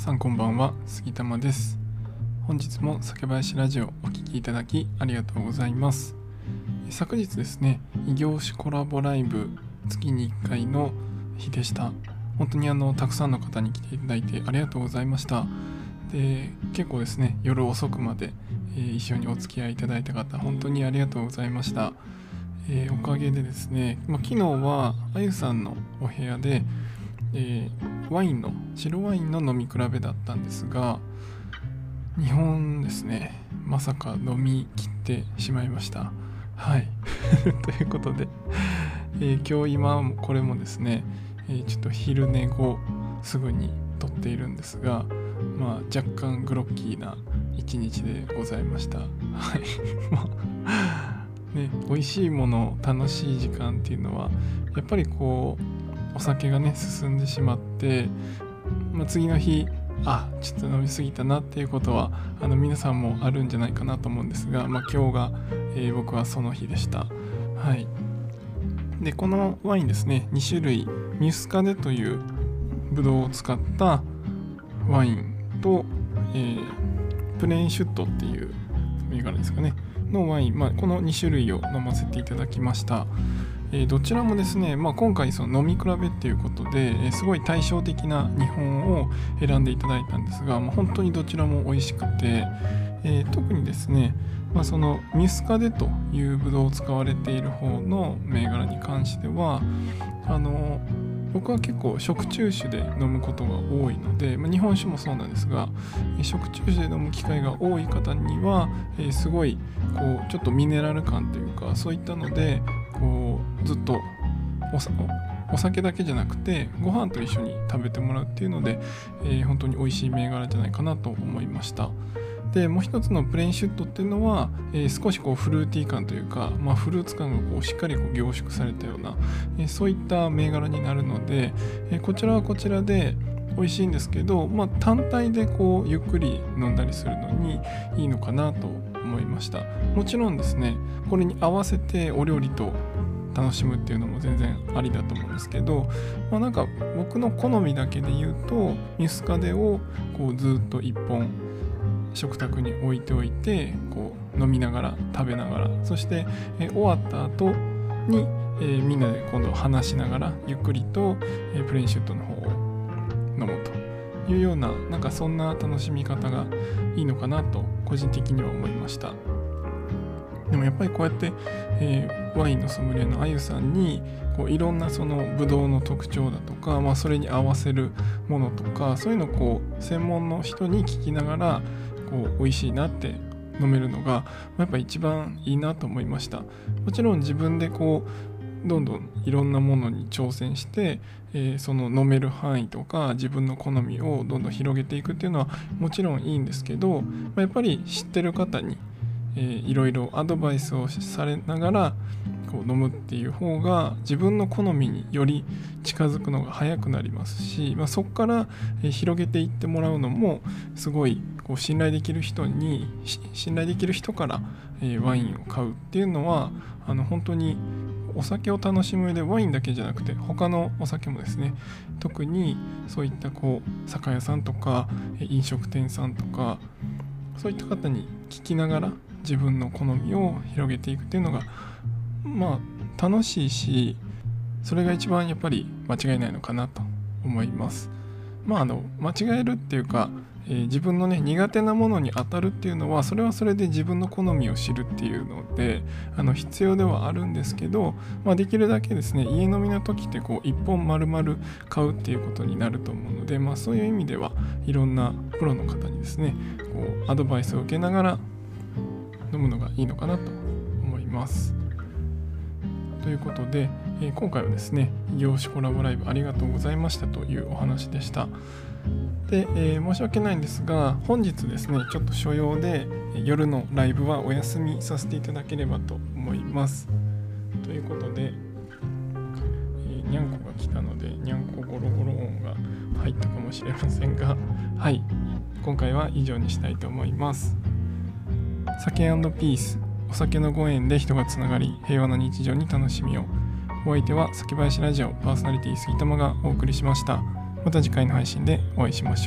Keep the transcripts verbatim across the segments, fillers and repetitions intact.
さんこんばんは、杉玉です。本日も酒林ラジオお聞きいただきありがとうございます。昨日ですね、異業種コラボライブ月にいっかいの日でした。本当にあのたくさんの方に来ていただいてありがとうございました。で、結構ですね、夜遅くまで、えー、一緒にお付き合いいただいた方、本当にありがとうございました。えー、おかげでですね、まあ、昨日はあゆさんのお部屋で、えー、ワインの白ワインの飲み比べだったんですが、にほんですね、まさか飲み切ってしまいました。はいということで、えー、今日今これもですね、えー、ちょっと昼寝後すぐに撮っているんですが、まあ若干グロッキーな一日でございました。はいまあね、美味しいもの、楽しい時間っていうのはやっぱりこうお酒がね進んでしまって、まあ、次の日あちょっと飲み過ぎたなっていうことはあの皆さんもあるんじゃないかなと思うんですが、まあ、今日が、えー、僕はその日でした。はい。でこのワインですね、に種類ミュスカデというブドウを使ったワインと、えー、プレーンシュットっていう銘柄ですかねのワイン、まあ、このに種類を飲ませていただきました。えー、どちらもですね、まあ、今回その飲み比べっていうことで、えー、すごい対照的なにほんを選んでいただいたんですが、まあ、本当にどちらも美味しくて、えー、特にですね、まあ、そのミュスカデというブドウを使われている方の銘柄に関してはあの僕は結構食中酒で飲むことが多いので、まあ、日本酒もそうなんですが、食中酒で飲む機会が多い方には、えー、すごいこうちょっとミネラル感というかそういったのでこうずっと お, お酒だけじゃなくてご飯と一緒に食べてもらうっていうので、えー、本当に美味しい銘柄じゃないかなと思いました。でもう一つのプレーンシュットっていうのは、えー、少しこうフルーティー感というか、まあ、フルーツ感がこうしっかりこう凝縮されたような、えー、そういった銘柄になるので、えー、こちらはこちらで美味しいんですけど、まあ、単体でこうゆっくり飲んだりするのにいいのかなと思いました。もちろんですね、これに合わせてお料理と楽しむっていうのも全然ありだと思うんですけど、まあ、なんか僕の好みだけで言うとミュスカデをこうずっと一本食卓に置いておいてこう飲みながら食べながら、そして、えー、終わった後に、えー、みんなで今度話しながらゆっくりと、えー、プレーンシュットの方を飲むというような、なんかそんな楽しみ方がいいのかなと個人的には思いました。でもやっぱりこうやって、えー、ワインのソムリエのあゆさんにこういろんなそのブドウの特徴だとか、まあ、それに合わせるものとかそういうのをこう専門の人に聞きながらこう美味しいなって飲めるのがやっぱ一番いいなと思いました。もちろん自分でこうどんどんいろんなものに挑戦して、えー、その飲める範囲とか自分の好みをどんどん広げていくっていうのはもちろんいいんですけど、まあ、やっぱり知ってる方にえー、いろいろアドバイスをされながらこう飲むっていう方が自分の好みにより近づくのが早くなりますし、まあ、そこから、えー、広げていってもらうのもすごいこう信頼できる人に信頼できる人から、えー、ワインを買うっていうのはあの本当にお酒を楽しむ上でワインだけじゃなくて他のお酒もですね、特にそういったこう酒屋さんとか飲食店さんとかそういった方に聞きながら自分の好みを広げていくっていうのがまあ楽しいし、それが一番やっぱり間違いないのかなと思います。まああの間違えるっていうか、えー、自分のね苦手なものに当たるっていうのはそれはそれで自分の好みを知るっていうのであの必要ではあるんですけど、まあ、できるだけですね家飲みの時ってこう一本丸々買うっていうことになると思うので、まあそういう意味ではいろんなプロの方にですねこうアドバイスを受けながら飲むのがいいのかなと思います。ということで、えー、今回はですね異業種コラボライブありがとうございましたというお話でした。で、えー、申し訳ないんですが本日ですねちょっと所用で夜のライブはお休みさせていただければと思います。ということで、えー、にゃんこが来たのでにゃんこゴロゴロ音が入ったかもしれませんが、はい今回は以上にしたいと思います。酒&ピース、お酒のご縁で人がつながり平和な日常に楽しみを。お相手は酒林ラジオパーソナリティ杉玉がお送りしました。また次回の配信でお会いしましょう。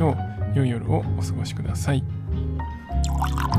良い夜をお過ごしください。